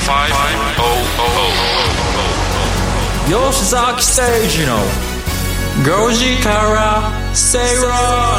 吉崎誠二の5時から正論。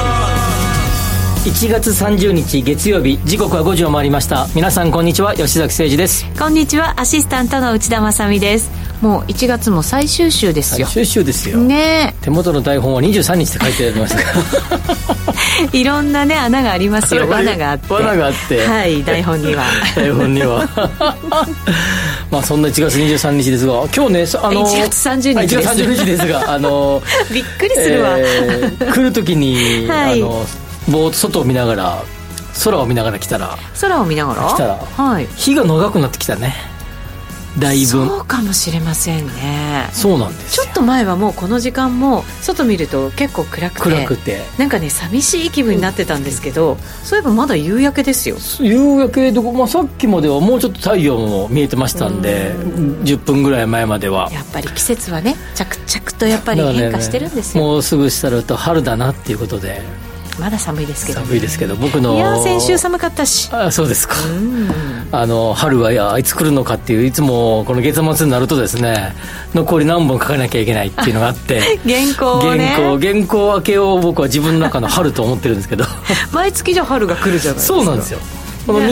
1月30日月曜日、時刻は5時を回りました。皆さんこんにちは、吉崎誠二です。 こんにちは、アシスタントの内田まさみです。もう1月も最終週ですよ。 最終週ですよ、 ね、 手元の台本は23日って書いてありますがいろんなね穴がありますよ。罠があって、はい、台本には台本にはまあそんな1月23日ですが、今日ね、 1月30日です。 1月30日ですがびっくりするわ、 来る時に、 はい、 ぼーっと外を見ながら、空を見ながら来たら、はい、日が長くなってきたね、だいぶ。 そうかもしれませんね。 そうなんですよ。 ちょっと前はもうこの時間も外見ると結構暗くてなんかね寂しい気分になってたんですけど、そういえばまだ夕焼けですよ。 夕焼けどこ、さっきまではもうちょっと太陽も見えてましたんで、10分ぐらい前までは。やっぱり季節はね着々とやっぱり変化してるんですよ、 もうすぐしたらと春だなっていうことで。 まだ寒いですけど、ね、 寒いですけど、僕の、 いや先週寒かったし。 あ、そうですか。春はいつ来るのかっていう、いつもこの月末になるとですね、残り何本書かなきゃいけないっていうのがあって原稿をね、 原稿明けを僕は自分の中の春と思ってるんですけど毎月じゃ春が来るじゃないですか。 そうなんですよ。この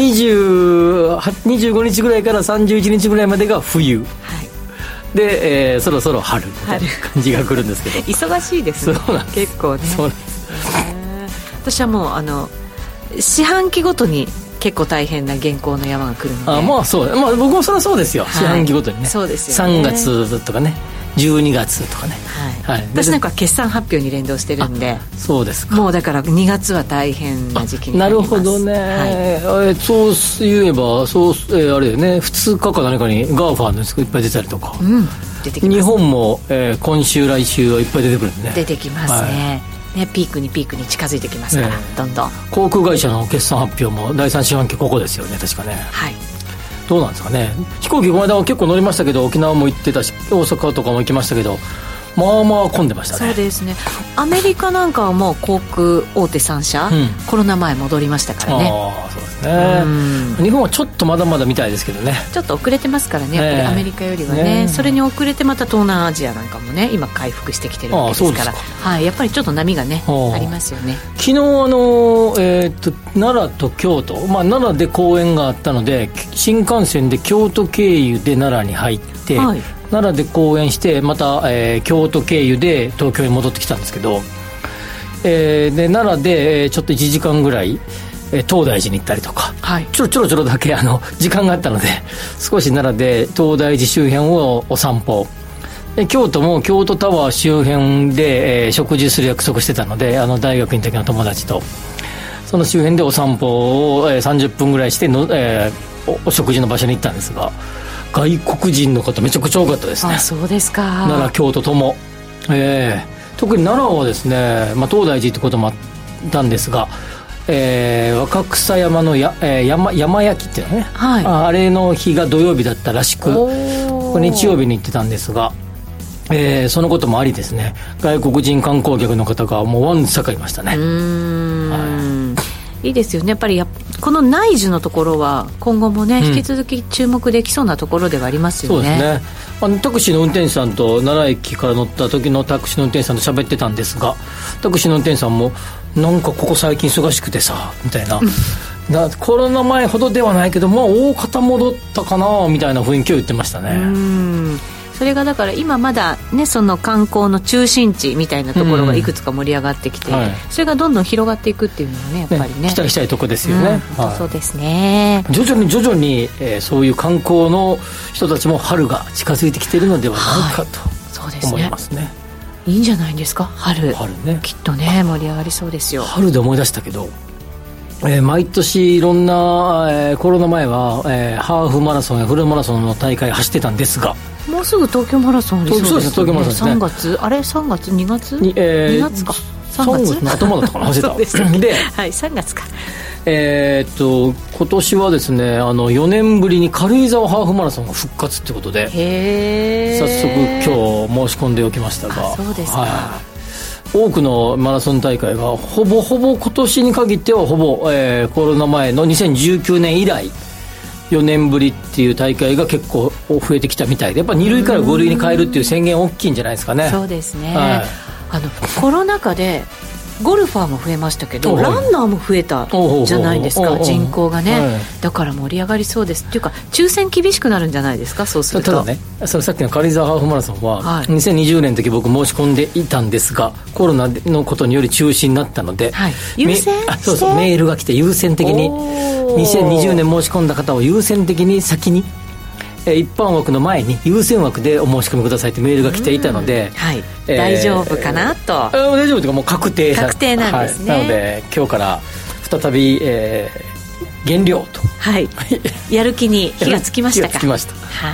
25日ぐらいから31日ぐらいまでが冬、はい、で、そろそろ春みたいな感じが来るんですけど忙しいですね。 そうなんです。 結構ね。 そうなんです。 私はもう四半期ごとに結構大変な原稿の山が来るので。 まあそう、まあ、僕もそれはそうですよ、はい、四半期ごとにね。 そうですよね。 3月とかね、12月とかね、 はいはい、私なんか決算発表に連動してるんで。 そうですか。 もうだから2月は大変な時期になります。 なるほどね、はい、そう言えばあれよね、2日か何かにガーファーのやつがいっぱい出たりとか、 出てきます。 日本も、今週来週はいっぱい出てくるんでね。 出てきますね、ね、ピークに近づいてきますから、どんどん。 航空会社の決算発表も第3四半期ここですよね、確かね。 はい。どうなんですかね。飛行機この間は結構乗りましたけど、沖縄も行ってたし、大阪とかも行きましたけど、まあまあ混んでましたね。 そうですね。アメリカなんかはもう航空大手3社、コロナ前戻りましたからね。 ああ、そうですね。日本はちょっとまだまだみたいですけどね。 ちょっと遅れてますからね、やっぱりアメリカよりはね。それに遅れてまた東南アジアなんかもね、今回復してきてるわけですから。はい、やっぱりちょっと波がねありますよね。 昨日奈良と京都、奈良で公演があったので、新幹線で京都経由で奈良に入って、はい、奈良で公演してまた、京都経由で東京に戻ってきたんですけど、で奈良で、ちょっと1時間ぐらい、東大寺に行ったりとか、はい、ちょろだけ時間があったので少し奈良で東大寺周辺をお散歩で、京都も京都タワー周辺で、食事する約束してたので、大学の時の友達とその周辺でお散歩を、30分ぐらいしての、お食事の場所に行ったんですが、外国人の方めちゃくちゃ多かったですね。 あ、そうですか。 奈良京都とも、特に奈良はですね、東大寺ってこともあったんですが、若草山の山焼きっていうのね、はい、あれの日が土曜日だったらしく、日曜日に行ってたんですが、そのこともありですね、外国人観光客の方がもうわんさかいましたね。 いいですよね。やっぱりこの内需のところは今後もね、引き続き注目できそうなところではありますよね。 そうですね。タクシーの運転手さんと奈良駅から乗った時のタクシーの運転手さんと喋ってたんですが、タクシーの運転手さんもなんかここ最近忙しくてさみたいなコロナ前ほどではないけど、大方戻ったかなみたいな雰囲気を言ってましたね。 それがだから今まだね、その観光の中心地みたいなところがいくつか盛り上がってきて、それがどんどん広がっていくっていうのはね、やっぱりね、 期待したいとこですよね。 そうですね。 徐々に、そういう観光の人たちも春が近づいてきているのではないかと思いますね。 いいんじゃないですか、春ね、きっとね盛り上がりそうですよ。 春で思い出したけど、毎年いろんな、コロナ前は、ハーフマラソンやフルマラソンの大会走ってたんですが、 もうすぐ東京マラソンありそうですね。 そうです、東京マラソンですね。 3月あれ3月2月 2 月か 3月の頭だったかな、走ってたで、 はい、3月か。 今年はですね、4年ぶりに軽井沢ハーフマラソンが復活ということで、早速今日申し込んでおきましたが、 そうですか、 多くのマラソン大会がほぼ今年に限ってはほぼ、コロナ前の2019年以来 4年ぶりっていう大会が結構増えてきたみたいで、やっぱ2類から5類に変えるっていう宣言大きいんじゃないですかね。 そうですね、はい、コロナ禍でゴルファーも増えましたけど、ランナーも増えたじゃないですか、人口がね、はい、だから盛り上がりそうです。っていうか抽選厳しくなるんじゃないですか、そうすると。 ただね、そのさっきの軽井沢ハーフマラソンは、はい、2020年の時僕申し込んでいたんですが、コロナのことにより中止になったので、 はい、優先そうそう、メールが来て優先的に2020年申し込んだ方を優先的に先に一般枠の前に優先枠でお申し込みくださいってメールが来ていたので、 はい、大丈夫かなと。 大丈夫というかもう確定なんですね、 はい、なので今日から再び、減量と、 はい、やる気に火がつきましたか。 火がつきました。 はい、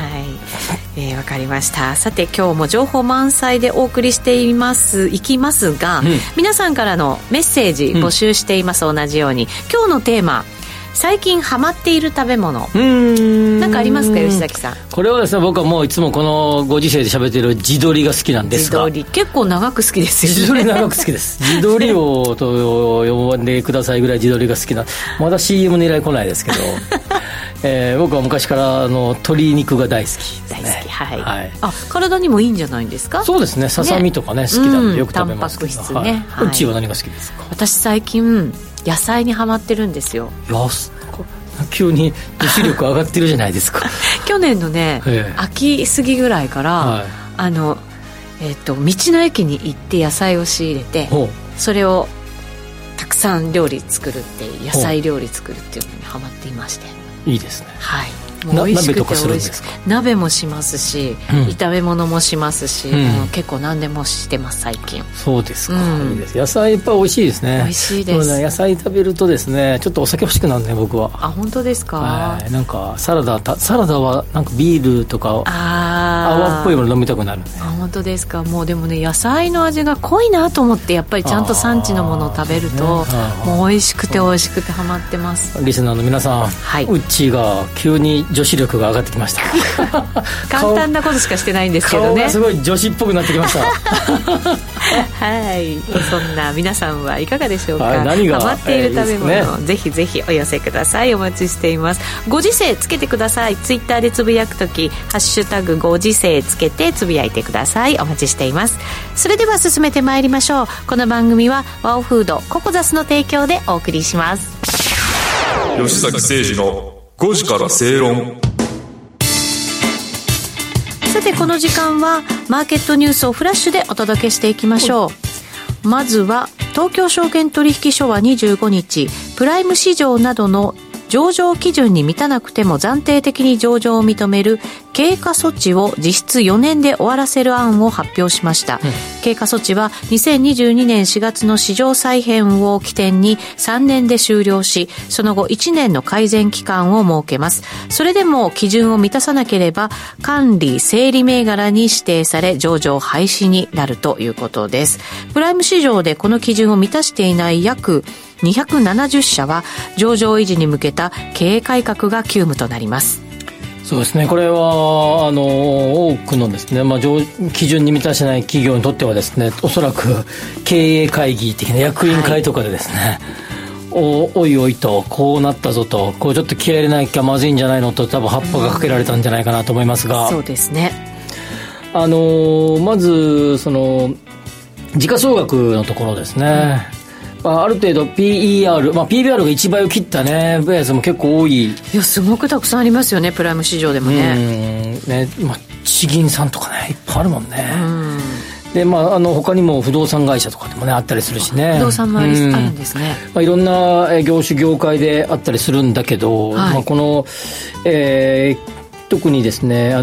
わかりました。さて今日も情報満載でお送りしていきますが、皆さんからのメッセージ募集しています、同じように。今日のテーマ、最近ハマっている食べ物、なんかありますか、吉崎さん。 これはですね、僕はもういつもこのご時世で喋っている地鶏が好きなんですが、 地鶏結構長く好きですよね。 地鶏長く好きです地鶏をと呼んでくださいぐらい地鶏が好きな。まだ CM の依頼来ないですけど僕は昔から鶏肉が大好きですね。 大好き、はい、はい、あ、体にもいいんじゃないですか。 そうですね、ささみとかね、好きなんでよく食べますけど、 タンパク質ね、 はい、うちは何が好きですか。 私最近野菜にハマってるんですよ。 急に女子力上がってるじゃないですか去年のね、秋過ぎぐらいから、はい、道の駅に行って野菜を仕入れて、それをたくさん料理作るっていう、野菜料理作るっていうのにハマっていまして。 いいですね。 はい、もう美味しくて鍋とかするんですか。 鍋もしますし、炒め物もしますし、結構何でもしてます最近。 そうですか、いいです。野菜いっぱい美味しいですね。 美味しいです。 野菜食べるとですね、ちょっとお酒欲しくなるね、僕は。 あ、本当ですか。 なんかサラダはなんかビールとか泡っぽいもの飲みたくなるね。 あ、本当ですか。もうでもね、野菜の味が濃いなと思って、やっぱりちゃんと産地のものを食べると、もう美味しくて美味しくてハマってます。 リスナーの皆さん、はい、うちが急に女子力が上がってきました簡単なことしかしてないんですけどね。 顔がすごい女子っぽくなってきましたはい、そんな皆さんはいかがでしょうか。 何がハマっている食べ物、ぜひぜひお寄せください。お待ちしています。ご時世つけてください。ツイッターでつぶやくときハッシュタグご時世つけてつぶやいてください。お待ちしています。それでは進めてまいりましょう。この番組はワオフードココザスの提供でお送りします。 吉崎誠二の5時から正論。 さてこの時間はマーケットニュースをフラッシュでお届けしていきましょう。まずは東京証券取引所は25日プライム市場などの上場基準に満たなくても暫定的に上場を認める経過措置を実質4年で終わらせる案を発表しました、経過措置は2022年4月の市場再編を起点に3年で終了し、その後1年の改善期間を設けます。それでも基準を満たさなければ管理整理銘柄に指定され上場廃止になるということです。プライム市場でこの基準を満たしていない約270社は上場維持に向けた経営改革が急務となります。 そうですね、これは多くのですね、基準に満たしてない企業にとってはですね、おそらく経営会議的な役員会とかでですね、おいおいとこうなったぞと、こうちょっと気合い入れなきゃまずいんじゃないのと、多分葉っぱがかけられたんじゃないかなと思いますが、 そうですね、 まずその時価総額のところですね、ある程度 PER、PBR が1倍を切ったねやつも結構多い。 いや、すごくたくさんありますよね、プライム市場でもね。 地銀さんとかね、いっぱいあるもんね。で、他にも不動産会社とかでもねあったりするしね。 不動産もあるんですね。 いろんな業種業界であったりするんだけど、この、特にですね、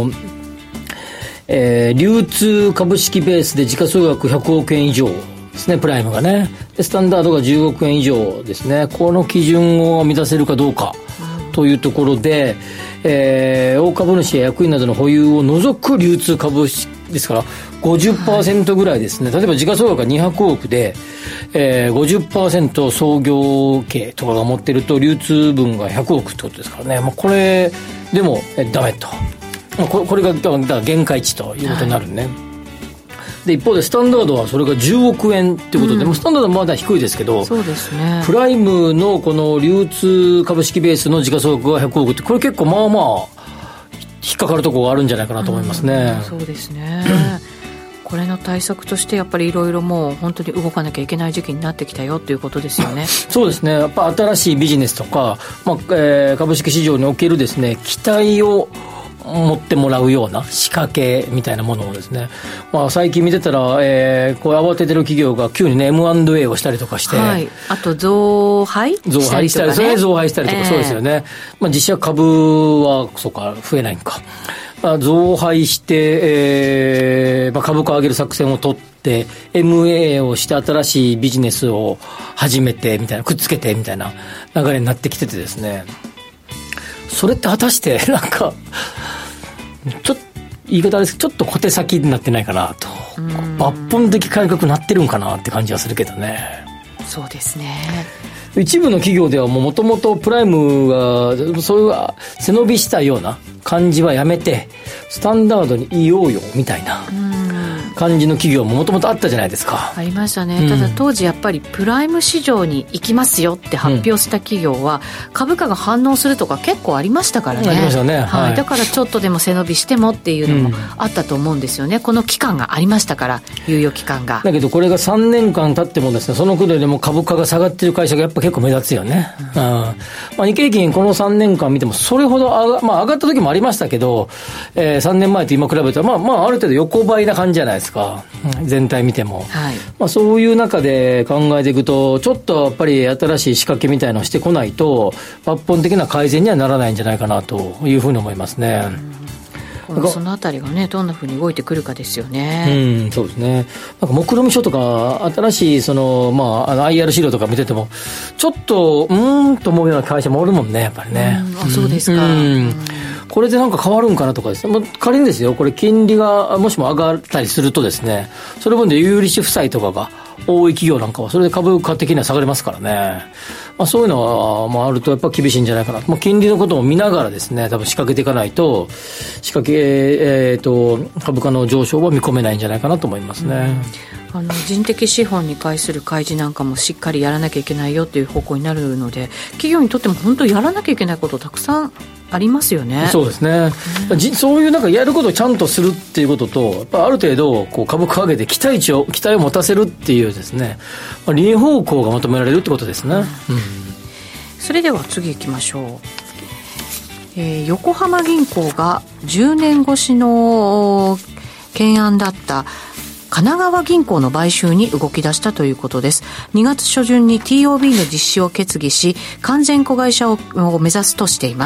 流通株式ベースで時価総額100億円以上ですね、プライムがね。でスタンダードが10億円以上ですね。この基準を満たせるかどうかというところで、大株主や役員などの保有を除く流通株式ですから 50% ぐらいですね。例えば時価総額が200億で、50% 創業系とかが持ってると流通分が100億ってことですからね。これでもダメと。これが限界値ということになるね。 で一方でスタンダードはそれが10億円ということで、スタンダードはまだ低いですけど、 そうですね、 プライムのこの流通株式ベースの時価総額が100億って、これ結構まあまあ引っかかるところがあるんじゃないかなと思いますね。 そうですねこれの対策としてやっぱりいろいろもう本当に動かなきゃいけない時期になってきたよということですよね。 そうですね、やっぱ新しいビジネスとか、株式市場におけるですね、期待を持ってもらうような仕掛けみたいなものをですね、最近見てたら、こう慌ててる企業が急にね M&A をしたりとかして、 はい、あと増配したりとかね、 増配したりとか、そうですよね、実社株はそうか増えないんか、増配して、株価を上げる作戦を取って MA をして新しいビジネスを始めてみたいな、くっつけてみたいな流れになってきててですね、それって果たしてなんかちょっと言い方ですけど、ちょっと小手先になってないかなと、抜本的改革になってるんかなって感じはするけどね。 そうですね、 一部の企業ではもともとプライムがそういう背伸びしたような感じはやめてスタンダードにいようよみたいな感じの企業ももともとあったじゃないですか。 ありましたね、ただ当時やっぱりプライム市場に行きますよって発表した企業は、株価が反応するとか結構ありましたからね。 ありましたね、 はい、だからちょっとでも背伸びしてもっていうのもあったと思うんですよね、この期間がありましたから、猶予期間が。 だけどこれが3年間経ってもですね、そのことでも株価が下がっている会社がやっぱ結構目立つよね。日経平均この3年間見てもそれほど上がった時もありましたけど、3年前と今比べたらある程度横ばいな感じじゃないですか、全体見ても、はい、そういう中で考えていくと、ちょっとやっぱり新しい仕掛けみたいなのをしてこないと抜本的な改善にはならないんじゃないかなというふうに思いますね。 そのあたりがね、どんなふうに動いてくるかですよね。 そうですね。なんか目論見書とか新しいIR 資料とか見ててもちょっとと思うような会社もおるもんね、やっぱりね。 そうですか。 これでなんか変わるんかなとかですね、仮にですよ、これ金利がもしも上がったりするとですね、それ分で有利子負債とかが多い企業なんかはそれで株価的には下がりますからね。そういうのはあるとやっぱ厳しいんじゃないかな。金利のことも見ながらですね、多分仕掛けていかないと株価の上昇は見込めないんじゃないかなと思いますね。 人的資本に対する開示なんかもしっかりやらなきゃいけないよという方向になるので、企業にとっても本当にやらなきゃいけないことたくさんありますよね。 そうですね、そういうなんかやることをちゃんとするっていうことと、やっぱある程度こう株価を上げて期待を持たせるっていうですね、2方向が求められるってことですね。 それでは次行きましょう。横浜銀行が10年越しの懸案だった神奈川銀行の買収に動き出したということです。2月初旬に TOB の実施を決議し、完全子会社を目指すとしています。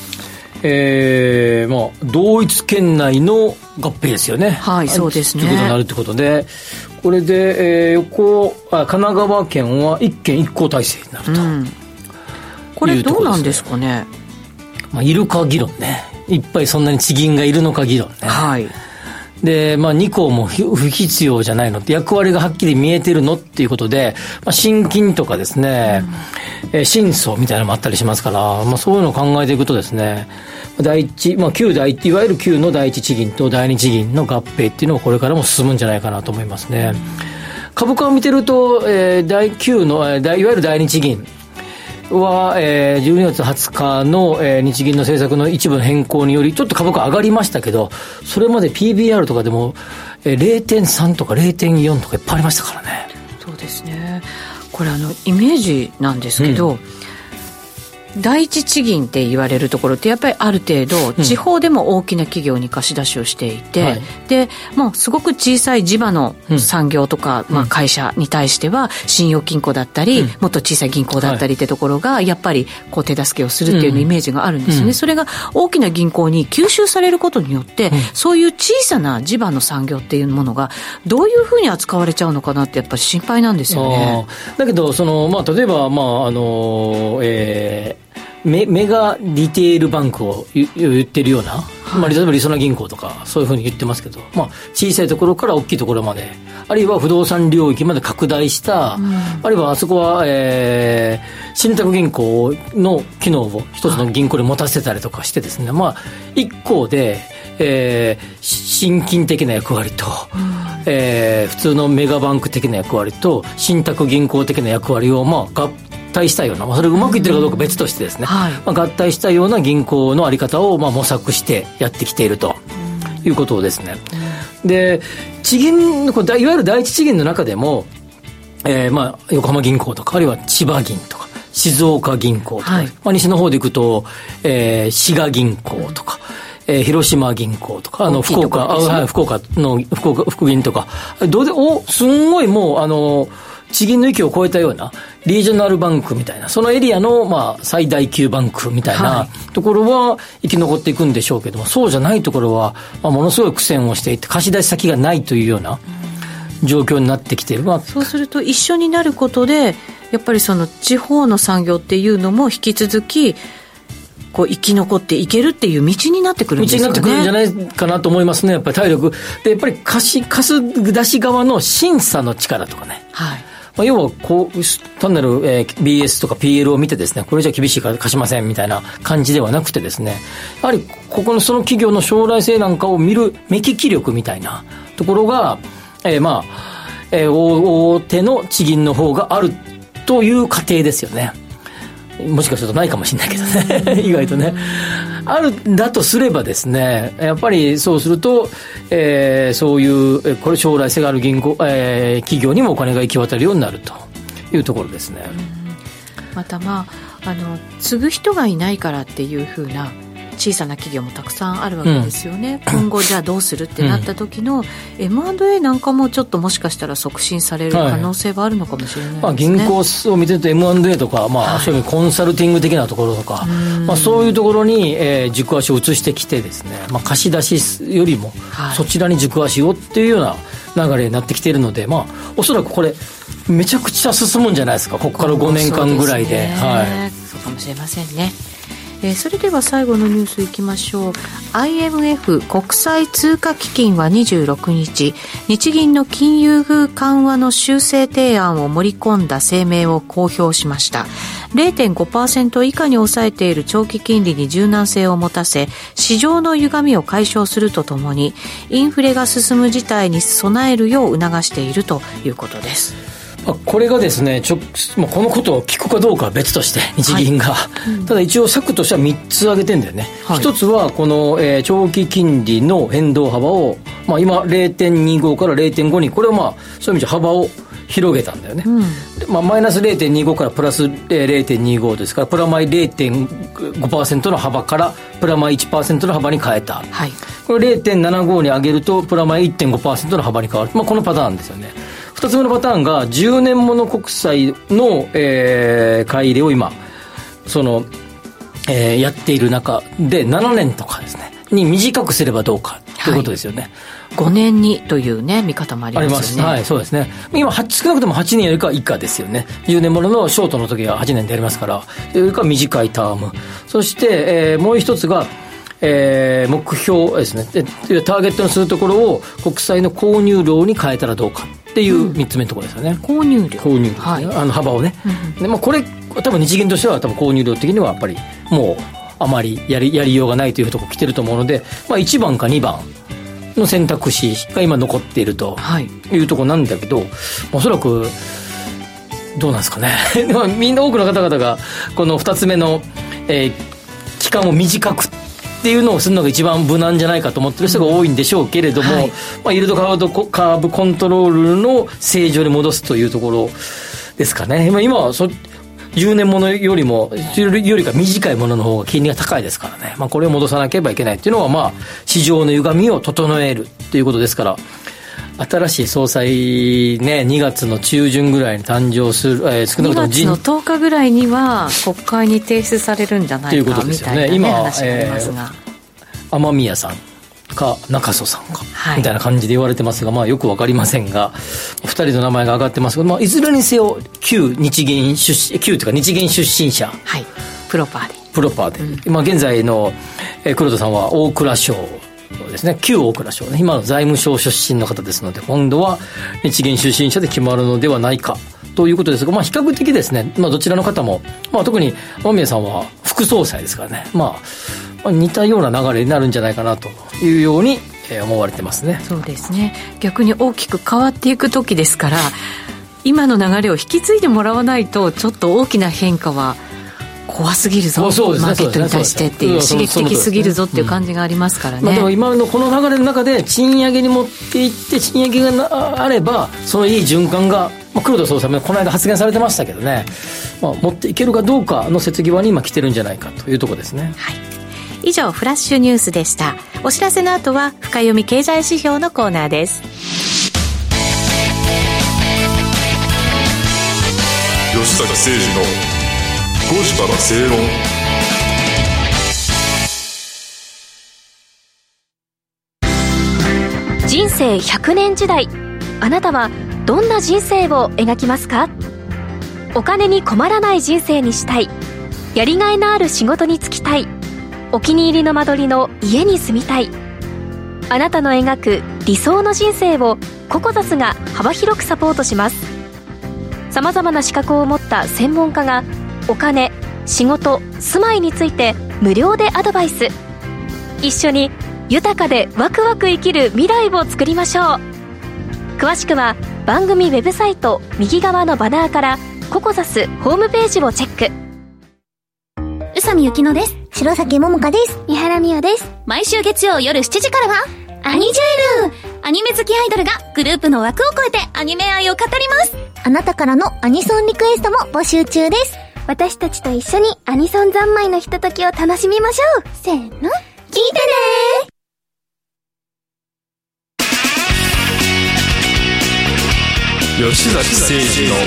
同一県内の合併ですよね。 はい、そうですね。 ということになるということで、これで、神奈川県は一県一行体制になると、 これどうなんですかね。 いるか議論ね。いっぱいそんなに地銀がいるのか議論ね。 はい。 で、2項も不必要じゃないのって、役割がはっきり見えてるのっていうことで、新金とかですね、新創みたいなのもあったりしますから、そういうのを考えていくとですね、いわゆる旧の第一地銀と第二地銀の合併っていうのがこれからも進むんじゃないかなと思いますね。株価を見てると、第9の、いわゆる第二地銀は、12月20日の、日銀の政策の一部の変更によりちょっと株価上がりましたけど、それまで PBR とかでも、0.3 とか 0.4 とかいっぱいありましたからね。 そうですね。これイメージなんですけど、第一地銀って言われるところってやっぱりある程度地方でも大きな企業に貸し出しをしていて、でもうすごく小さい地場の産業とか、会社に対しては信用金庫だったり、もっと小さい銀行だったりってところがやっぱりこう手助けをするっていうイメージがあるんですよね。それが大きな銀行に吸収されることによって、そういう小さな地場の産業っていうものがどういうふうに扱われちゃうのかなってやっぱり心配なんですよね。 だけど例えばメガリテールバンクを言ってるような、例えばりそな銀行とかそういうふうに言ってますけど、小さいところから大きいところまで、あるいは不動産領域まで拡大した、あるいはあそこは、信託銀行の機能を一つの銀行に持たせたりとかしてですね、一行で信金的な役割と、普通のメガバンク的な役割と信託銀行的な役割を合体したような、それがうまくいってるかどうか別としてですね、合体したような銀行の在り方を模索してやってきているということですね。で、地銀のいわゆる第一地銀の中でも、横浜銀行とか、あるいは千葉銀とか静岡銀行とか、西の方で行くと、滋賀銀行とか、広島銀行とか、福岡の福銀とか、すんごいもう地銀の域を超えたようなリージョナルバンクみたいな、そのエリアの最大級バンクみたいなところは生き残っていくんでしょうけども、そうじゃないところはものすごい苦戦をしていて、貸し出し先がないというような状況になってきている。 そうすると一緒になることでやっぱりその地方の産業っていうのも引き続き生き残っていけるっていう道になってくるんですかね。 道になってくるんじゃないかなと思いますね。やっぱり体力で、やっぱり貸し出し側の審査の力とかね、要は単なる、BS とか PL を見てですね、これじゃ厳しいから貸しませんみたいな感じではなくてですね、やはりその企業の将来性なんかを見る目利き力みたいなところが、大手の地銀の方があるという過程ですよね。もしかするとないかもしれないけどね意外とねあるんだとすればですね、やっぱりそうすると、そういうこれ将来性がある企業にもお金が行き渡るようになるというところですね。 また継ぐ人がいないからっていうふうな小さな企業もたくさんあるわけですよね、今後じゃあどうするってなった時の M&A なんかもちょっともしかしたら促進される可能性があるのかもしれないですね、 銀行を見てると M&A とか、そういうコンサルティング的なところとか、そういうところに、軸足を移してきてですね、貸し出しよりもそちらに軸足をっていうような流れになってきているので、おそらくこれめちゃくちゃ進むんじゃないですか、ここから5年間ぐらいで。 そうかもしれませんね。それでは最後のニュースいきましょう。 IMF 国際通貨基金は26日、日銀の金融緩和の修正提案を盛り込んだ声明を公表しました。 0.5% 以下に抑えている長期金利に柔軟性を持たせ、市場の歪みを解消するとともにインフレが進む事態に備えるよう促しているということです。 これがですね、このことを聞くかどうかは別として日銀が、ただ一応策としては3つ挙げてんだよね、1つはこの、長期金利の変動幅を、今 0.25 から 0.5 に、これはそういう意味じゃ幅を広げたんだよね、マイナス 0.25 からプラス 0.25 ですから、プラマイ 0.5% の幅からプラマイ 1% の幅に変えた、これ 0.75 に上げるとプラマイ 1.5% の幅に変わる、このパターンですよね。2つ目のパターンが10年もの国債の、買い入れを今やっている中で7年とかですねに短くすればどうかということですよね、 5年にというね見方もありますよね。 そうですね。今少なくとも8年よりかは以下ですよね。10年もののショートの時は8年でやりますから、よりかは短いターム。そして、もう一つが目標ですね。ターゲットにするところを国債の購入量に変えたらどうかっていう3つ目のところですよね。 購入量、 幅をね、でこれ多分日銀としては多分購入量的にはやっぱりもうあまりやりようがないというところ来てると思うので、1番か2番の選択肢が今残っているというところなんだけど、おそらくどうなんですかねみんな多くの方々がこの2つ目の、期間を短くっていうのをするのが一番無難じゃないかと思ってる人が多いんでしょうけれども、イールドカーブコントロールの正常に戻すというところですかね。今は10年ものよりか短いものの方が金利が高いですからね、これを戻さなければいけないっていうのは、市場の歪みを整えるということですから、新しい総裁ね、2月の中旬ぐらいに誕生する、少なくとも 2月の10日ぐらいには国会に提出されるんじゃないかみたいな、ね、話がありますが、 雨宮さんか中曽さんか、みたいな感じで言われてますが、よく分かりませんが2人の名前が挙がってますが、いずれにせよ旧日銀出身者、 プロパーで、 現在の黒田さんは大蔵省ですね、旧大蔵省ね、今の財務省出身の方ですので、今度は日銀出身者で決まるのではないかということですが、比較的ですね、どちらの方も、特に雨宮さんは副総裁ですからね、 似たような流れになるんじゃないかなというように思われてますね。 そうですね。逆に大きく変わっていく時ですから、今の流れを引き継いでもらわないとちょっと大きな変化は怖すぎるぞ、マーケットに対してっていう、刺激的すぎるぞっていう感じがありますからね。 でも今のこの流れの中で賃上げに持っていって、賃上げがあればそのいい循環が、黒田総裁もこの間発言されてましたけどね、持っていけるかどうかの瀬戸際に今来てるんじゃないかというところですね。 はい、以上フラッシュニュースでした。お知らせの後は深読み経済指標のコーナーです。 吉坂誠二の5時から正論。 人生100年時代、あなたはどんな人生を描きますか？お金に困らない人生にしたい、やりがいのある仕事に就きたい、お気に入りの間取りの家に住みたい。あなたの描く理想の人生をココザスが幅広くサポートします。さまざまな資格を持った専門家がお金、仕事、住まいについて無料でアドバイス。一緒に豊かでワクワク生きる未来を作りましょう。詳しくは番組ウェブサイト右側のバナーからココザスホームページをチェック。 宇佐美幸乃です。 白崎桃香です。 三原美代です。毎週月曜夜7時からはアニジェル、アニメ好きアイドルがグループの枠を超えてアニメ愛を語ります。 あなたからのアニソンリクエストも募集中です。 私たちと一緒にアニソン三昧のひとときを楽しみましょう。せーの、聞いてねー。吉崎誠二の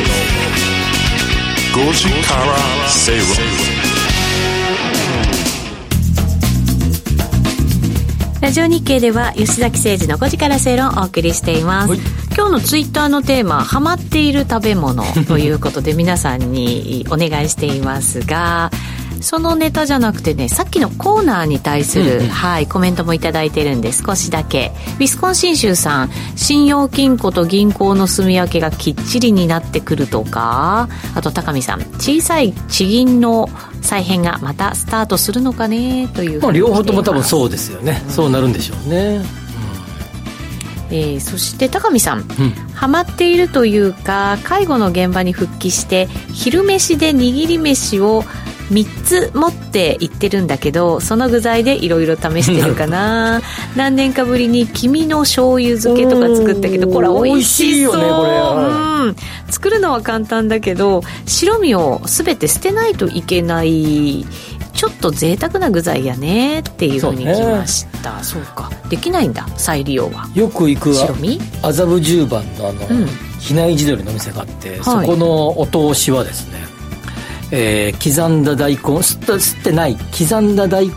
5時から正論。 ラジオ日経では吉崎誠二の5時から正論をお送りしています。今日のツイッターのテーマ、ハマっている食べ物ということで皆さんにお願いしていますが、そのネタじゃなくてね、さっきのコーナーに対する、コメントもいただいてるんで、少しだけ。ウィスコンシン州さん、信用金庫と銀行の住み分けがきっちりになってくるとか、あと高見さん、小さい地銀の再編がまたスタートするのかねというふうに、 両方とも多分そうですよね、そうなるんでしょうね。 そして高見さん、ハマっているというか、介護の現場に復帰して昼飯で握り飯を3つ持って行ってるんだけど、その具材でいろいろ試してるかな。何年かぶりに黄身の醤油漬けとか作ったけど、これ美味しそう。美味しいよねこれ、作るのは簡単だけど白身を全て捨てないといけない、ちょっと贅沢な具材やねっていうふうに聞きました。そうか、できないんだ、再利用は。 よく行く白身麻布十番の比内地鶏のお店があって、そこのお通しはですね、刻んだ大根、吸ってない刻んだ大根、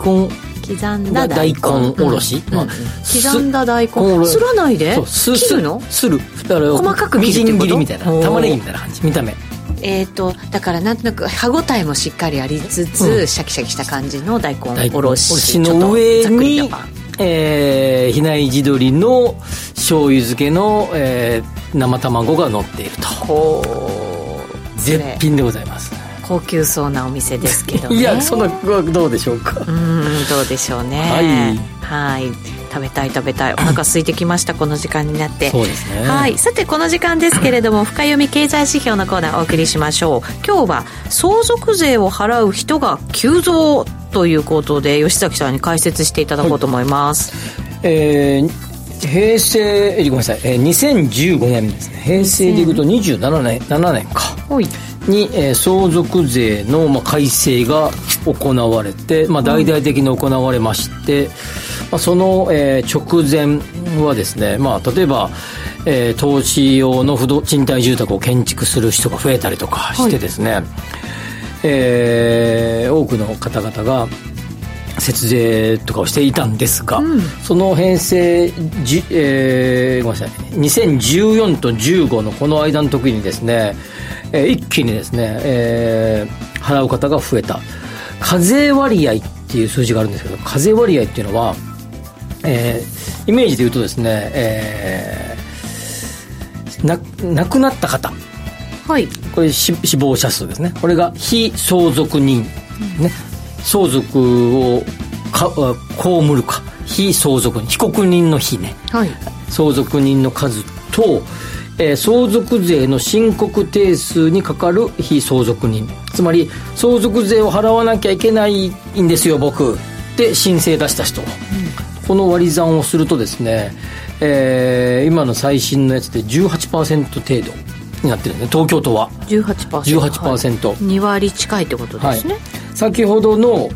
おろし、 刻んだ大根、すらないで切るの？ する、だから細かく切るってこと？みじん切りみたいな、玉ねぎみたいな感じ、見た目。 だからなんとなく歯ごたえもしっかりありつつ、シャキシャキした感じの大根おろしの上に比内地鶏の醤油漬けの、生卵が乗っていると。絶品でございます。 高級そうなお店ですけどね。 いや、そんなどうでしょうか。 どうでしょうね。はい、食べたい、お腹空いてきました。この時間になって。 そうですね。 はい、さてこの時間ですけれども深読み経済指標のコーナーをお送りしましょう。今日は相続税を払う人が急増ということで、吉崎さんに解説していただこうと思います。 平成ごめんなさい、2015年ですね。平成でいうと27年かに、相続税の、改正が行われて、大々的に行われまして、その、直前はですね、例えば、投資用の賃貸住宅を建築する人が増えたりとかしてですね、多くの方々が節税とかをしていたんですが、その平成、ごめんなさい、2014と15のこの間の時にですね、一気にですね、払う方が増えた。課税割合っていう数字があるんですけど、課税割合っていうのは、イメージで言うとですね、亡くなった方、これ死亡者数ですね。これが非相続人、相続を被るか被相続人、被告人の被ね、はい、相続人の数と、相続税の申告定数にかかる被相続人、つまり相続税を払わなきゃいけないんですよ僕って申請出した人、この割り算をするとですね、今の最新のやつで 18% 程度になってるんで、東京都は 18%、 2割近いってことですね、はい、 先ほどの、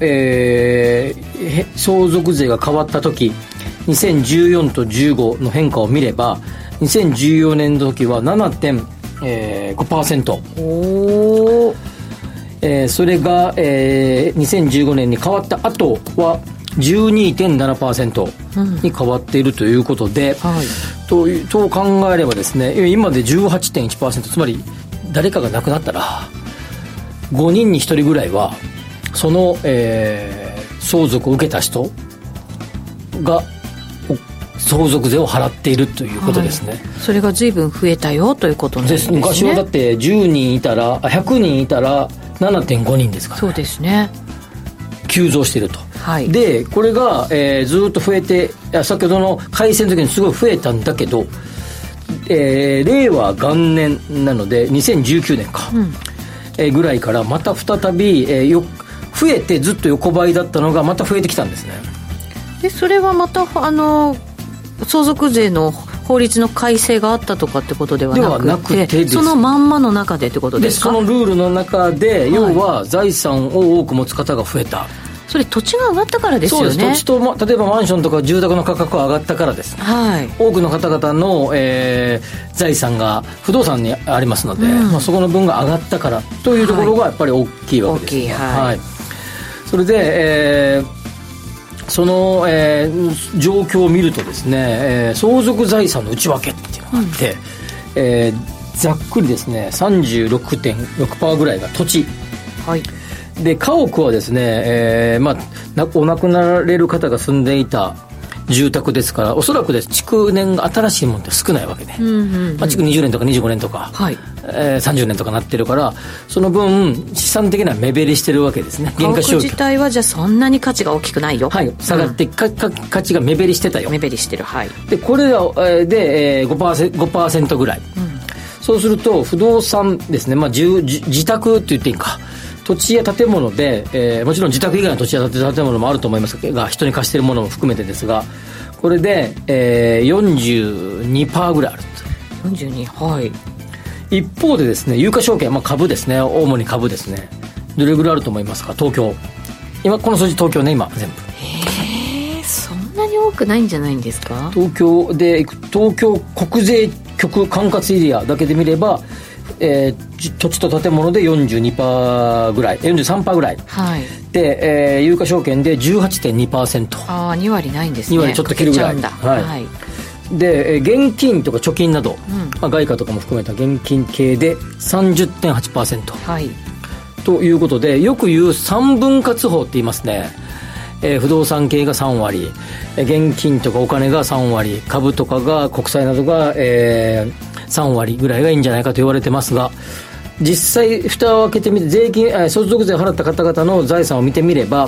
相続税が変わった時2014と15の変化を見れば2014年の時は 7.5%、 おー、 それが、2015年に変わった後は 12.7% に変わっているということで、はい、と考えればですね、今で 18.1%、 つまり誰かが亡くなったら5人に1人ぐらいはその、相続を受けた人が相続税を払っているということですね、はい、 それが随分増えたよということなんですね。 昔はだって10人いたら100人いたら 7.5 人ですからね。 そうですね、 急増していると、 はい、 でこれが、ずっと増えて、先ほどの改正の時にすごい増えたんだけど、令和元年なので2019年か、ぐらいからまた再び、増えてずっと横ばいだったのがまた増えてきたんですね。 でそれはまた相続税の法律の改正があったとかってことではなくてそのまんまの中でってことですか。 でそのルールの中で、はい、要は財産を多く持つ方が増えた。 それ土地が上がったからですよね。 そうです。土地と、例えばマンションとか住宅の価格が上がったからです、 はい、 多くの方々の、財産が不動産にありますので、そこの分が上がったからというところがやっぱり大きいわけです、 はい、 はい、それで、その、状況を見るとですね、相続財産の内訳っていうのがあって、ざっくりですね 36.6% ぐらいが土地、 はい、 で家屋はですね、お亡くなられる方が住んでいた住宅ですから、おそらくです築年が新しいものって少ないわけで、築20年とか25年とか、 はい、 30年とかなってるから、その分資産的には目減りしてるわけですね。 家屋自体はじゃあそんなに価値が大きくないよ、 はい、下がって、価値が目減りしてたよ。 目減りしてる、はい、 でこれらで、5% ぐらい、そうすると不動産ですね、自宅って言っていいか、土地や建物で、もちろん自宅以外の土地や建物もあると思いますが、人に貸しているものも含めてですが、これで、42% ぐらいある。 42、はい。 一方でですね、有価証券、株ですね、主に株ですね、どれぐらいあると思いますか。東京、今この数字東京ね、今全部。 そんなに多くないんじゃないんですか。 東京国税局管轄エリアだけで見れば、土地と建物で 42% ぐらい 43% ぐらい、 はい、 で、有価証券で 18.2%、 2割ないんですね。 2割ちょっと切るぐらい、 はい、 で現金とか貯金など、外貨とかも含めた現金系で 30.8%、 はい、 ということで、よく言う3分割法って言いますね。不動産系が3割、現金とかお金が3割、株とかが国債などが、3割ぐらいがいいんじゃないかと言われてますが、実際蓋を開けてみて相続税を払った方々の財産を見てみれば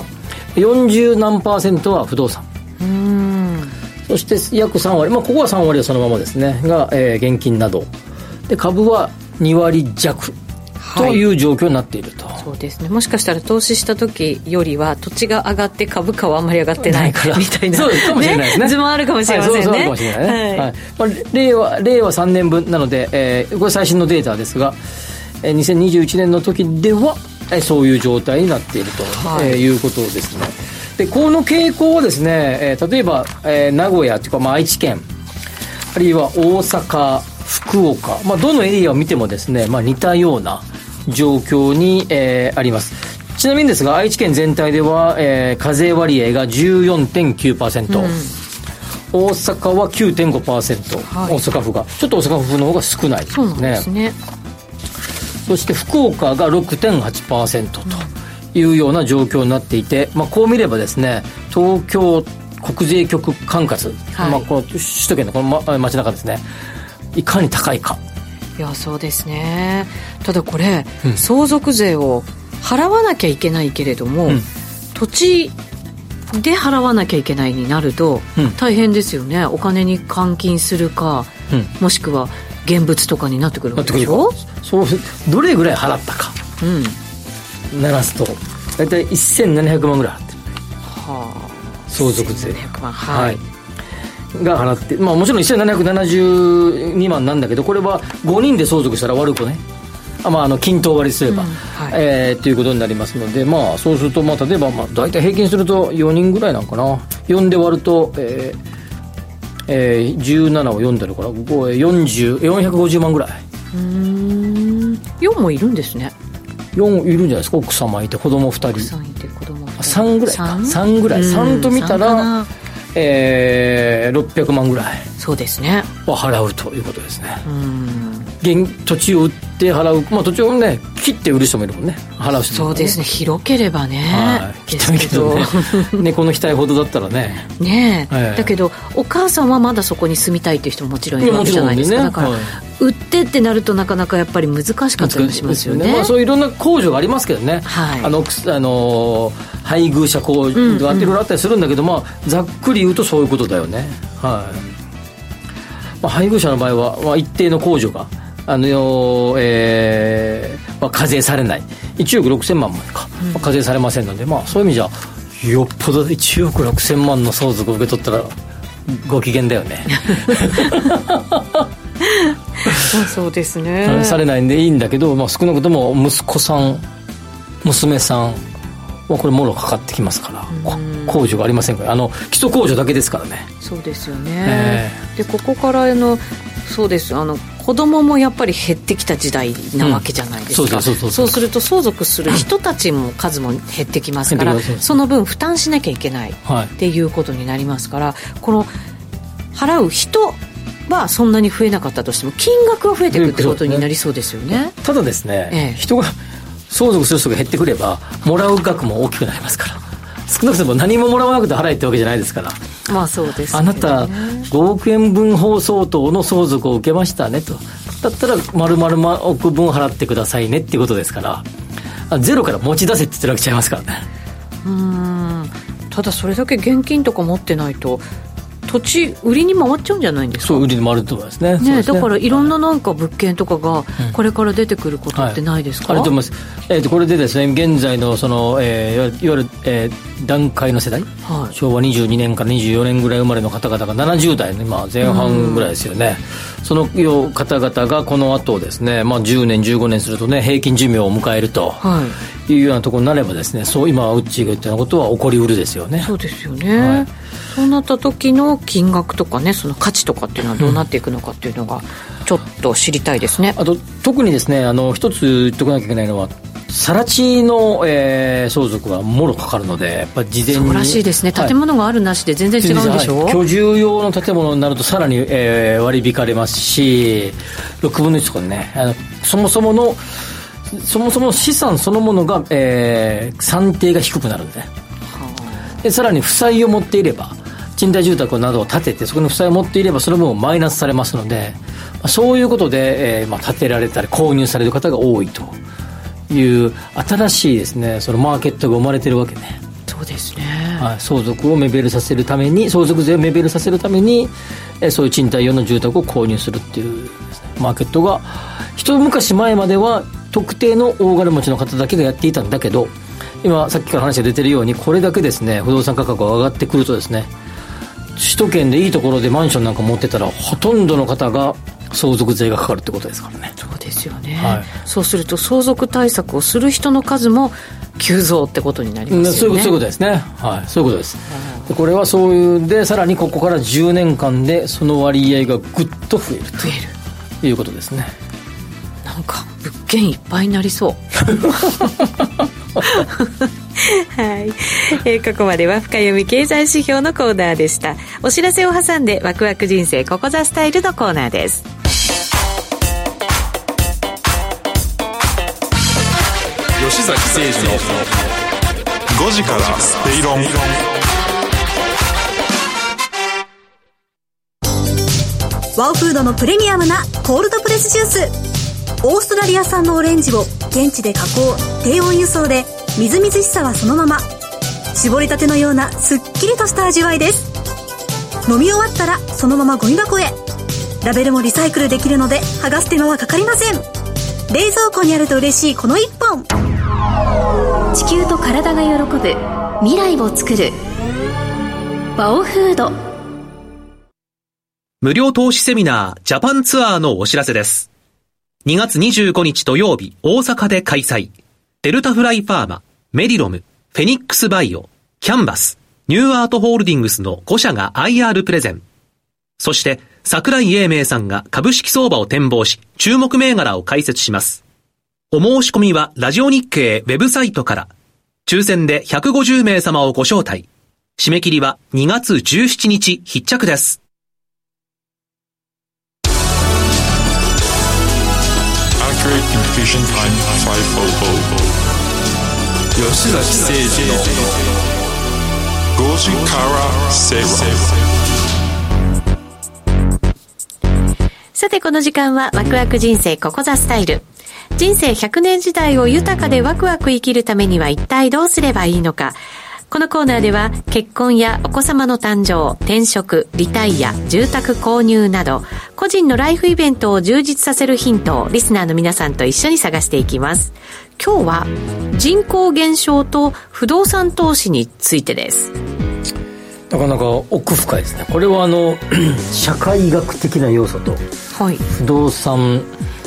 40何%は不動産、そして約3割、ここは3割はそのままですねが、現金などで、株は2割弱という状況になっていると、 そうですね。もしかしたら投資した時よりは土地が上がって株価はあんまり上がってないからみたいな、 そうかもしれないですね。 図もあるかもしれませんね。 そうかもしれないね、はい、令和3年分なので、これ最新のデータですが、2021年の時ではそういう状態になっていると、いうことですね。でこの傾向はですね、例えば、名古屋というか、愛知県あるいは大阪福岡、どのエリアを見てもですね、似たような状況に、あります。ちなみにですが愛知県全体では、課税割合が 14.9%、大阪は 9.5%、大阪府がちょっと大阪府の方が少ないですね。 そうなんですね。 そして福岡が 6.8% というような状況になっていて、こう見ればですね、東京国税局管轄、この首都圏のこの街中ですね、いかに高いか。 いやそうですね。ただこれ、相続税を払わなきゃいけないけれども、土地で払わなきゃいけないになると、大変ですよね。お金に換金するか、もしくは現物とかになってくるわけでしょ。 そうどれぐらい払ったか、ならすと大体1700万ぐらい払ってる、相続税 1700万、 が払って、もちろん1772万なんだけど、これは5人で相続したら悪くね、均等割りすれば、ということになりますので、そうすると、例えば、大体平均すると4人ぐらいなんかな。4で割ると、17を4でるから450万ぐらい。 4もいるんですね。 4いるんじゃないですか。奥様いて子供2人、 奥さんいて子供2人、 3ぐらいか、3ぐらい、3と見たら600万ぐらい、 そうですね、 は払うということですね。土地を売って払う、土地をね切って売る人もいるもんね、払う人も、 そうですね、広ければね、 ですけど猫の額ほどだったらねだけどお母さんはまだそこに住みたいっていう人ももちろんいるわけじゃないですか、だから、売ってってなるとなかなかやっぱり難しかったりしますよね。 そういういろんな控除がありますけどね、配偶者控除があっていろいろあったりするんだけど、ざっくり言うとそういうことだよね。配偶者の場合は、一定の控除が課税されない、1億6000万までか、課税されませんので、そういう意味じゃよっぽど1億6000万の相続を受け取ったらご機嫌だよねそうですね、 されないんでいいんだけど、少なくとも息子さん娘さんはこれもろかかってきますから、控除がありませんから、基礎控除だけですからね。 そうですよね、でここからそうです、子供もやっぱり減ってきた時代なわけじゃないですか、そうすると相続する人たちも数も減ってきますから、その分負担しなきゃいけないっていうことになりますから、この払う人はそんなに増えなかったとしても金額は増えていくってことになりそうですよね。 ただですね、人が相続する人が減ってくればもらう額も大きくなりますから、少なくとも何ももらわなくて払えってわけじゃないですから、 そうですね、 あなた5億円分相当の相続を受けましたねと、だったら丸々億分払ってくださいねっていうことですから、ゼロから持ち出せって言ってるわけちゃいますからね。 ただそれだけ現金とか持ってないと土地売りに回っちゃうんじゃないんですか。 そう、売りに回ると思いますね。 だからいろんな物件とかがこれから出てくることってないですか。 あると思います。これでですね、現在のいわゆる、団塊の世代、昭和22年から24年ぐらい生まれの方々が70代の前半ぐらいですよね。その方々がこの後ですね、10年15年するとね、平均寿命を迎えるというようなところになればですね、今ウッチーが言ったようなことは起こりうるですよね。 そうですよね、そうなった時の金額とかね、その価値とかっていうのはどうなっていくのかっていうのがちょっと知りたいですね。 あと特にですね、一つ言っておかなきゃいけないのは、更地の、相続はもろかかるので、やっぱ事前にそうらしいですね。建物があるなしで全然違うんでしょ、 居住用の建物になるとさらに、割り引かれますし、6分の1とかね、そもそもの資産そのものが、算定が低くなるんで、でさらに負債を持っていれば、賃貸住宅などを建ててそこに負債を持っていればその分マイナスされますので、そういうことで、建てられたり購入される方が多いという新しいですね、そのマーケットが生まれてるわけね。 そうですね、 相続を目減りさせるために、相続税を目減りさせるために、そういう賃貸用の住宅を購入するっていう、ね、マーケットが一昔前までは特定の大金持ちの方だけがやっていたんだけど、今さっきから話が出てるように、これだけですね、不動産価格が上がってくるとですね、首都圏でいいところでマンションなんか持ってたらほとんどの方が相続税がかかるってことですからね。 そうですよね、そうすると相続対策をする人の数も急増ってことになりますよね。 そういうことですね、そういうことです。でこれはそういうで、さらにここから10年間でその割合がぐっと増えるということですね。 なんか物件いっぱいになりそうはい、ここまでは深読み経済指標のコーナーでした。お知らせを挟んでワクワク人生ここザスタイルのコーナーです。 吉崎誠二の5時からスペイロン。 ワオフードのプレミアムなコールドプレスジュース。オーストラリア産のオレンジを現地で加工、低温輸送でみずみずしさはそのまま。 絞りたてのようなすっきりとした味わいです。飲み終わったらそのままゴミ箱へ。ラベルもリサイクルできるので剥がす手間はかかりません。冷蔵庫にあると嬉しいこの1本。 地球と体が喜ぶ未来を作るバオフード。 無料投資セミナージャパンツアーのお知らせです。2月25日土曜日大阪で開催。デルタフライファーマ、メディロム、フェニックスバイオ、キャンバス、ニューアートホールディングスの5社が IR プレゼン。そして櫻井英明さんが株式相場を展望し、注目銘柄を解説します。お申し込みはラジオ日経ウェブサイトから。抽選で150名様をご招待。締め切りは2月17日必着です。 Accurate Computation Time 500吉崎誠二の5時から正論。 さてこの時間はワクワク人生ここザスタイル。人生100年時代を豊かでワクワク生きるためには一体どうすればいいのか。このコーナーでは結婚やお子様の誕生、転職、リタイア、住宅購入など個人のライフイベントを充実させるヒントをリスナーの皆さんと一緒に探していきます。今日は人口減少と不動産投資についてです。 なかなか奥深いですね。これは社会学的な要素と、はい、不動産、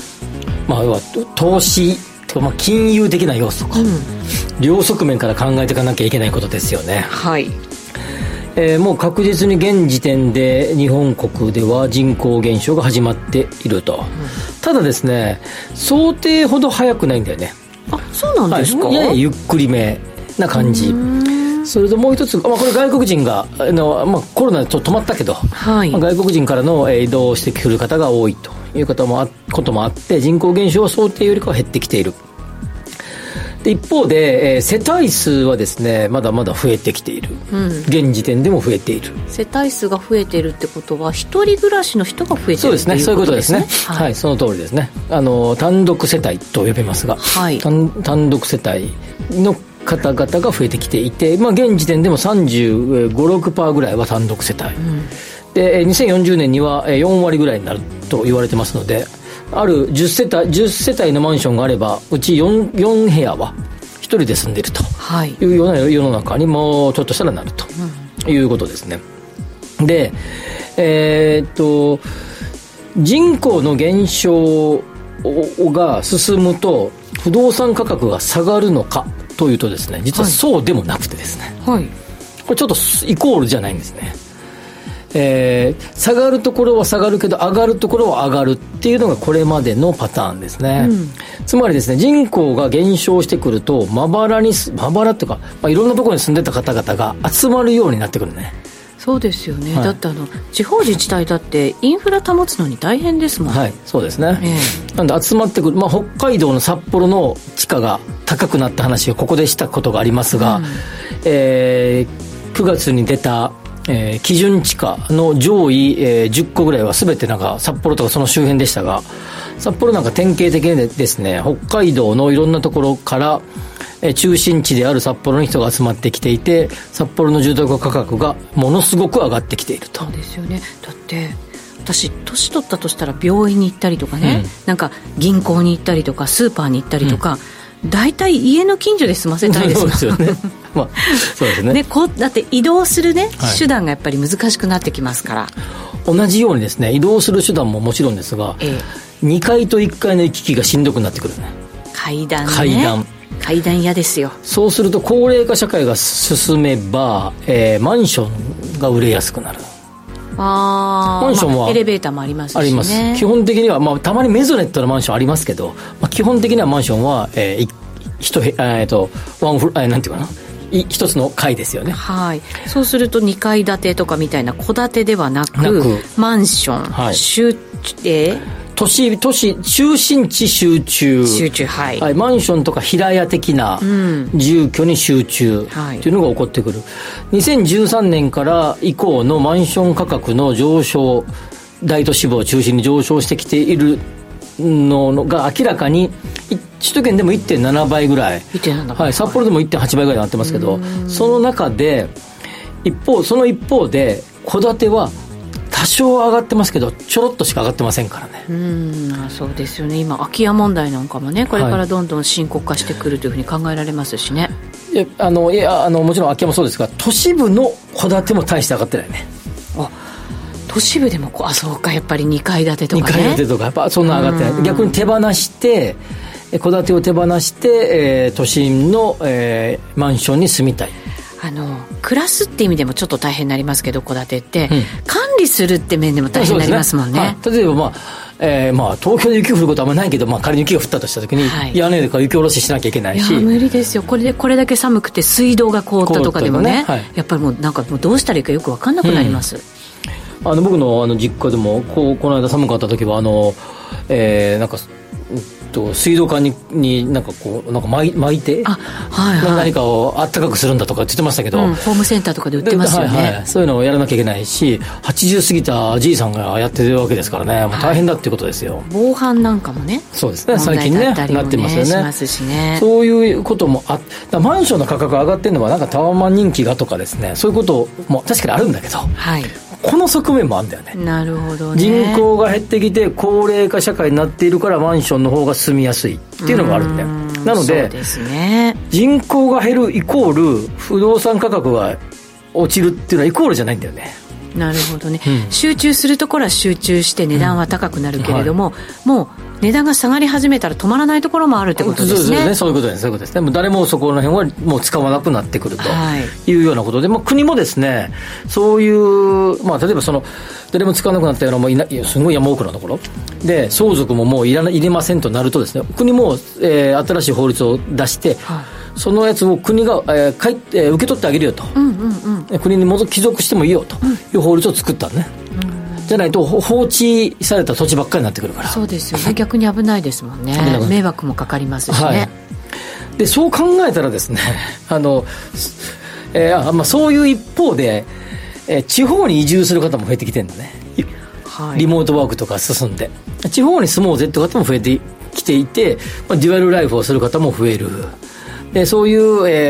投資とか、金融的な要素とか、両側面から考えていかなきゃいけないことですよね。はい。もう確実に現時点で日本国では人口減少が始まっていると、ただですね、想定ほど早くないんだよね。 あ、そうなんですか。 ややゆっくりめな感じ。それともう一つ、これ外国人がコロナでちょっと止まったけど、はい、外国人からの移動してくる方が多いということもあって人口減少は想定よりかは減ってきている。で一方で、世帯数はですねまだまだ増えてきている、現時点でも増えている。 世帯数が増えているってことは一人暮らしの人が増えている。 そうですね、そういうことですね。はい、はい、その通りですね。単独世帯と呼びますが、はい、単独世帯の方々が増えてきていて、現時点でも 35-6% ぐらいは単独世帯、で2040年には4割ぐらいになると言われてますので、ある10世帯のマンションがあればうち 4部屋は1人で住んでいるというような世の中にもちょっとしたらなるということですね。で、人口の減少が進むと不動産価格が下がるのかというとですね、実はそうでもなくてですね、はい、これちょっとイコールじゃないんですね。下がるところは下がるけど上がるところは上がるっていうのがこれまでのパターンですね、つまりですね、人口が減少してくるとまばらっていうか、いろんなところに住んでた方々が集まるようになってくるね。 そうですよね、はい、だって地方自治体だってインフラ保つのに大変ですもん。 はい、そうですね、なんで集まってくる、北海道の札幌の地価が高くなった話をここでしたことがありますが、9月に出た基準地価の上位、10個ぐらいは全て札幌とかその周辺でしたが、札幌典型的にですね、北海道のいろんなところから中心地である札幌に人が集まってきていて、札幌の住宅価格がものすごく上がってきていると。 そうですよね。だって私年取ったとしたら病院に行ったりとかね、銀行に行ったりとかスーパーに行ったりとか、大体家の近所で済ませたいですもん。 そうですよね。そうですね。 だって移動するね、手段がやっぱり難しくなってきますから。 同じようにですね、移動する手段ももちろんですが、2階と1階の行き来がしんどくなってくるね。階段嫌ですよ。そうすると高齢化社会が進めば、マンションが売れやすくなる。マンションは、 エレベーターもありますしね。あります。 基本的には、たまにメゾネットのマンションありますけど、基本的にはマンションは、なんていうかな、一つの階ですよね。はい。 そうすると2階建てとかみたいな戸建てではなくマンション、はい、 都市中心地集中、はい、マンションとか平屋的な住居に集中というのが起こってくる、2013年から以降のマンション価格の上昇、大都市部を中心に上昇してきているのが明らかに首都圏でも 1.7 倍ぐらい、はい、札幌でも 1.8 倍ぐらいになってますけど、その中でその一方で戸建ては多少上がってますけどちょろっとしか上がってませんからね。 そうですよね。今空き家問題なんかもねこれからどんどん深刻化してくるというふうに考えられますしね。 もちろん空き家もそうですが都市部の戸建ても大して上がってないね。 都市部でもそうか、やっぱり2階建てとかね、 2階建てとかやっぱそんな上がってない。逆に手放して戸建てを手放して、都心の、マンションに住みたい。 暮らすって意味でもちょっと大変になりますけど戸建てって、管理するって面でも大変になりますもんね。 例えば東京で雪降ることはあんまりないけど、仮に雪が降ったとしたときに、屋根から雪下ろししなきゃいけないし。 いや無理ですよ。これだけ寒くて水道が凍ったとかでもね、やっぱりもうどうしたらいいかよく分かんなくなります。 僕の実家でもこの間寒かった時はなんか水道管になんか巻いて、何かをあったかくするんだとか言ってましたけど、 ホームセンターとかで売ってますよね。 そういうのをやらなきゃいけないし、80過ぎたじいさんがやってるわけですからね、もう大変だっていうことですよ。 防犯なんかもね、 そうですね、最近ねなってますよね。 しますしね。 そういうこともマンションの価格が上がってるのはなんかタワマン人気がとかですね、そういうことも確かにあるんだけど、この側面もあるんだよね。 なるほどね。 人口が減ってきて高齢化社会になっているからマンションの方が住みやすいっていうのがあるんだよ。なので、 そうですね、 人口が減るイコール不動産価格が落ちるっていうのはイコールじゃないんだよね。 なるほどね、集中するところは集中して値段は高くなるけれども、もう値段が下がり始めたら止まらないところもあるってことですね。 そういうことですね。もう誰もそこら辺はもう使わなくなってくるというようなことで、国もですねそういう、例えば誰も使わなくなったようなもうすごい山奥のところで相続ももう入れませんとなるとですね、国も、新しい法律を出して、そのやつを国が、受け取ってあげるよと、国に帰属してもいいよという法律を作ったのね。じゃないと放置された土地ばっかりになってくるから。 そうですよね。逆に危ないですもんね。迷惑もかかりますしね。 でそう考えたらですねそういう一方で、地方に移住する方も増えてきてるんだね。リモートワークとか進んで地方に住もうぜって方も増えてきていて、デュアルライフをする方も増える。でそういう、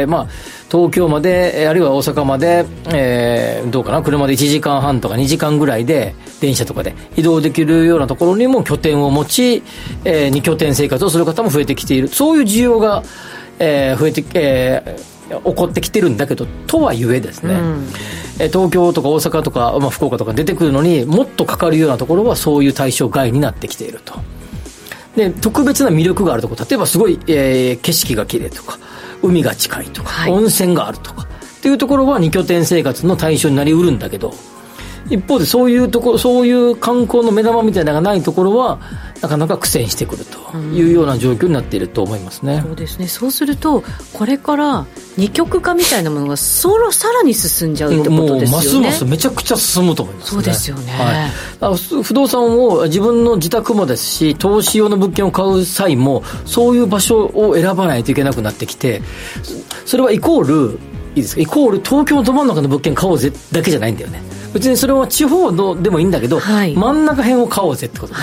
東京まであるいは大阪まで、どうかな、車で1時間半とか2時間ぐらいで電車とかで移動できるようなところにも拠点を持ち、2拠点生活をする方も増えてきている。そういう需要が、起こってきてるんだけど、とはいえですね、東京とか大阪とか、福岡とか出てくるのにもっとかかるようなところはそういう対象外になってきていると。で特別な魅力があるところ、例えばすごい、景色が綺麗とか海が近いとか、温泉があるとかっていうところは2拠点生活の対象になりうるんだけど、一方でそういう観光の目玉みたいなのがないところはなかなか苦戦してくるというような状況になっていると思いますね。 そうですね。そうするとこれから二極化みたいなものがさらに進んじゃうってことですよね。 もうますますめちゃくちゃ進むと思いますね。 そうですよね、 不動産を自分の自宅もですし、投資用の物件を買う際もそういう場所を選ばないといけなくなってきて、それはイコール東京のど真ん中の物件買おうぜだけじゃないんだよね。別にそれは地方のでもいいんだけど、真ん中辺を買おうぜってことです。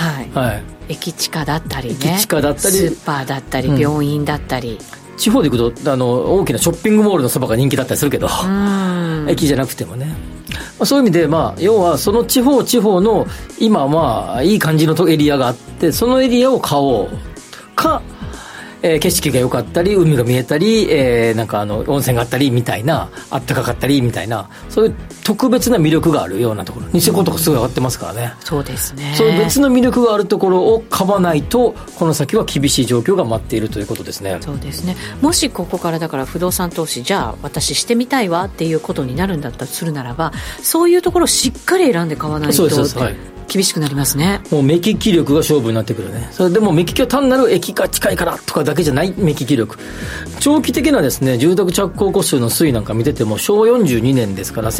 駅地下だったりね、 スーパーだったり、病院だったり、 地方で行くと大きなショッピングモールのそばが人気だったりするけど、駅じゃなくてもね、そういう意味で、要はその地方の今いい感じのエリアがあって、そのエリアを買おうか、景色が良かったり海が見えたり、なんか温泉があったりみたいな、あったかかったりみたいな、そういう特別な魅力があるようなところ、ニセコとかすごい上がってますからね。 そうですね。 そういう別の魅力があるところを買わないとこの先は厳しい状況が待っているということですね。 そうですね。もしここからだから不動産投資、じゃあ私してみたいわっていうことになるんだったとするならば、そういうところをしっかり選んで買わないと。そうです、厳しくなりますね。 もう目利き力が勝負になってくるね。それでも目利きは単なる駅が近いからとかだけじゃない目利き力、長期的なですね、住宅着工戸数の推移なんか見てても、昭和42年ですから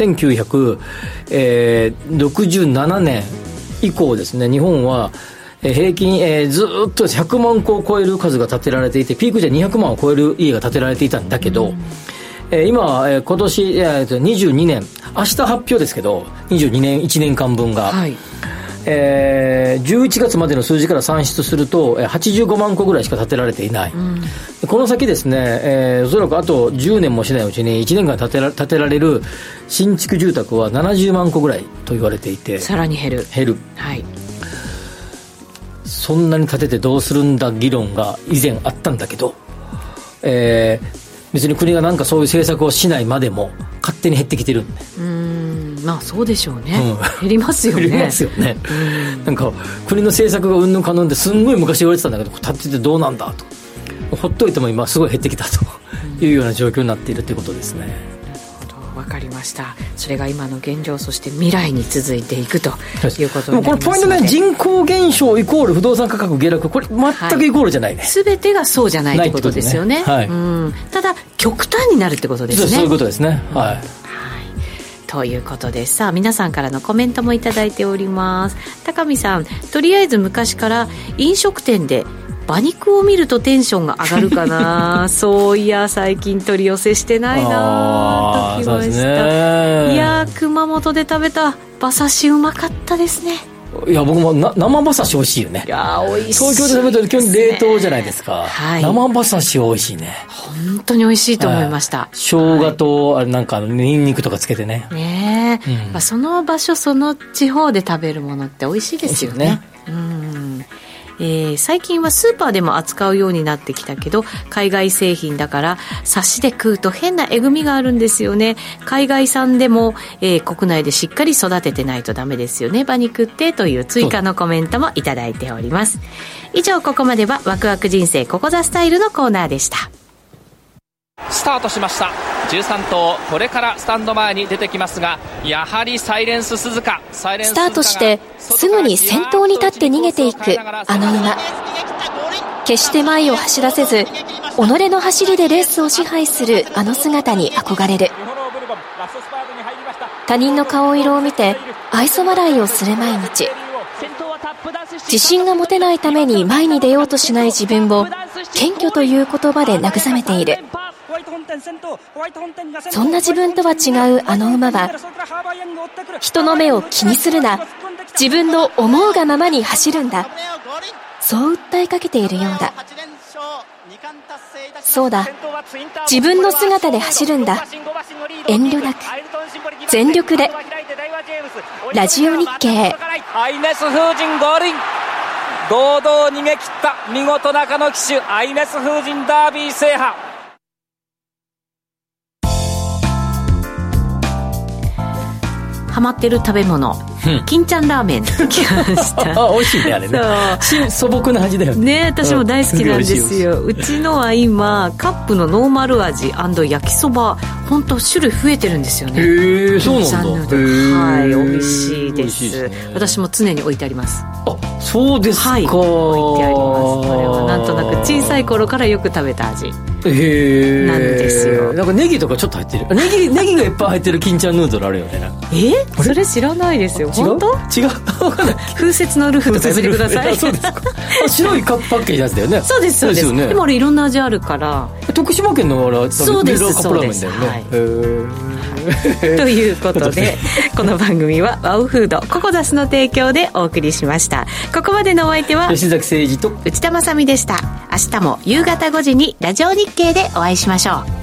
1967年以降ですね、日本は平均、ずっと100万戸を超える数が建てられていて、ピークで200万を超える家が建てられていたんだけど、今、今年、22年、明日発表ですけど、22年1年間分が、 11月までの数字から算出すると85万個ぐらいしか建てられていない、この先ですね、おそらくあと10年もしないうちに1年間建てられる新築住宅は70万個ぐらいと言われていて、 さらに減る、 はい、そんなに建ててどうするんだ議論が以前あったんだけど、別に国がなんかそういう政策をしないまでも勝手に減ってきてるんで、 まあそうでしょうね、減りますよね。 減りますよね。なんか国の政策がうんぬんかぬんですんごい昔言われてたんだけど、建ててどうなんだと、ほっといても今すごい減ってきたというような状況になっているということですね。 わかりました。それが今の現状、そして未来に続いていくということになりますので、 これポイントね、人口減少イコール不動産価格下落、これ全くイコールじゃないね。 全てがそうじゃないということですよね。ただ極端になるってことですね。 そういうことですね。 ということで、さあ皆さんからのコメントもいただいております。高見さん、とりあえず昔から飲食店で馬肉を見るとテンションが上がるかなそういや最近取り寄せしてないなときました、いや熊本で食べた馬刺しうまかったですね。 いや僕も生馬刺し美味しいよね。 いや美味しい、 東京で食べた時基本冷凍じゃないですか、生馬刺し美味しいね。 本当に美味しいと思いました、 生姜となんかニンニクとかつけてね、 その場所その地方で食べるものって美味しいですよね。最近はスーパーでも扱うようになってきたけど、海外製品だからサシで食うと変なえぐみがあるんですよね。海外産でも、国内でしっかり育ててないとダメですよね、馬肉ってという追加のコメントもいただいております。以上、ここまではワクワク人生ここザスタイルのコーナーでした。 スタートしました。13頭これからスタンド前に出てきますが、やはりサイレンス鈴鹿、 スタートしてすぐに先頭に立って逃げていくあの馬、決して前を走らせず己の走りでレースを支配するあの姿に憧れる。他人の顔色を見て愛想笑いをする毎日。自信が持てないために前に出ようとしない自分を謙虚という言葉で慰めている。そんな自分とは違うあの馬は、人の目を気にするな、自分の思うがままに走るんだ、そう訴えかけているようだ。そうだ、自分の姿で走るんだ、遠慮なく全力で。ラジオ日経。 アイネス風神合輪、堂々逃げ切った見事中野騎手、アイネス風神ダービー制覇。 ハマってる食べ物、金ちゃんラーメン来ました美味しいねあれね。素朴な味だよね。 私も大好きなんですよ。うちのは今カップのノーマル味&焼きそば、本当種類増えてるんですよね。 そうなんだ。 美味しいです。私も常に置いてあります。 そうですか。 置いてあります。これはなんとなく小さい頃からよく食べた味なんですよ。 なんかネギとかちょっと入ってる。ネギがいっぱい入ってる金ちゃんヌードルあるよね。 それ知らないですよ。本当？ 違う。 風雪のルフとかやめてください。 そうですか。白いパッケージやつだよね。 そうですそうです。でもあれいろんな味あるから。 徳島県のそうですそうです。ということでこの番組はワウフードココザスの提供でお送りしました。ここまでのお相手は吉崎誠二と内田まさみでした。明日も夕方5時にラジオ日経でお会いしましょう。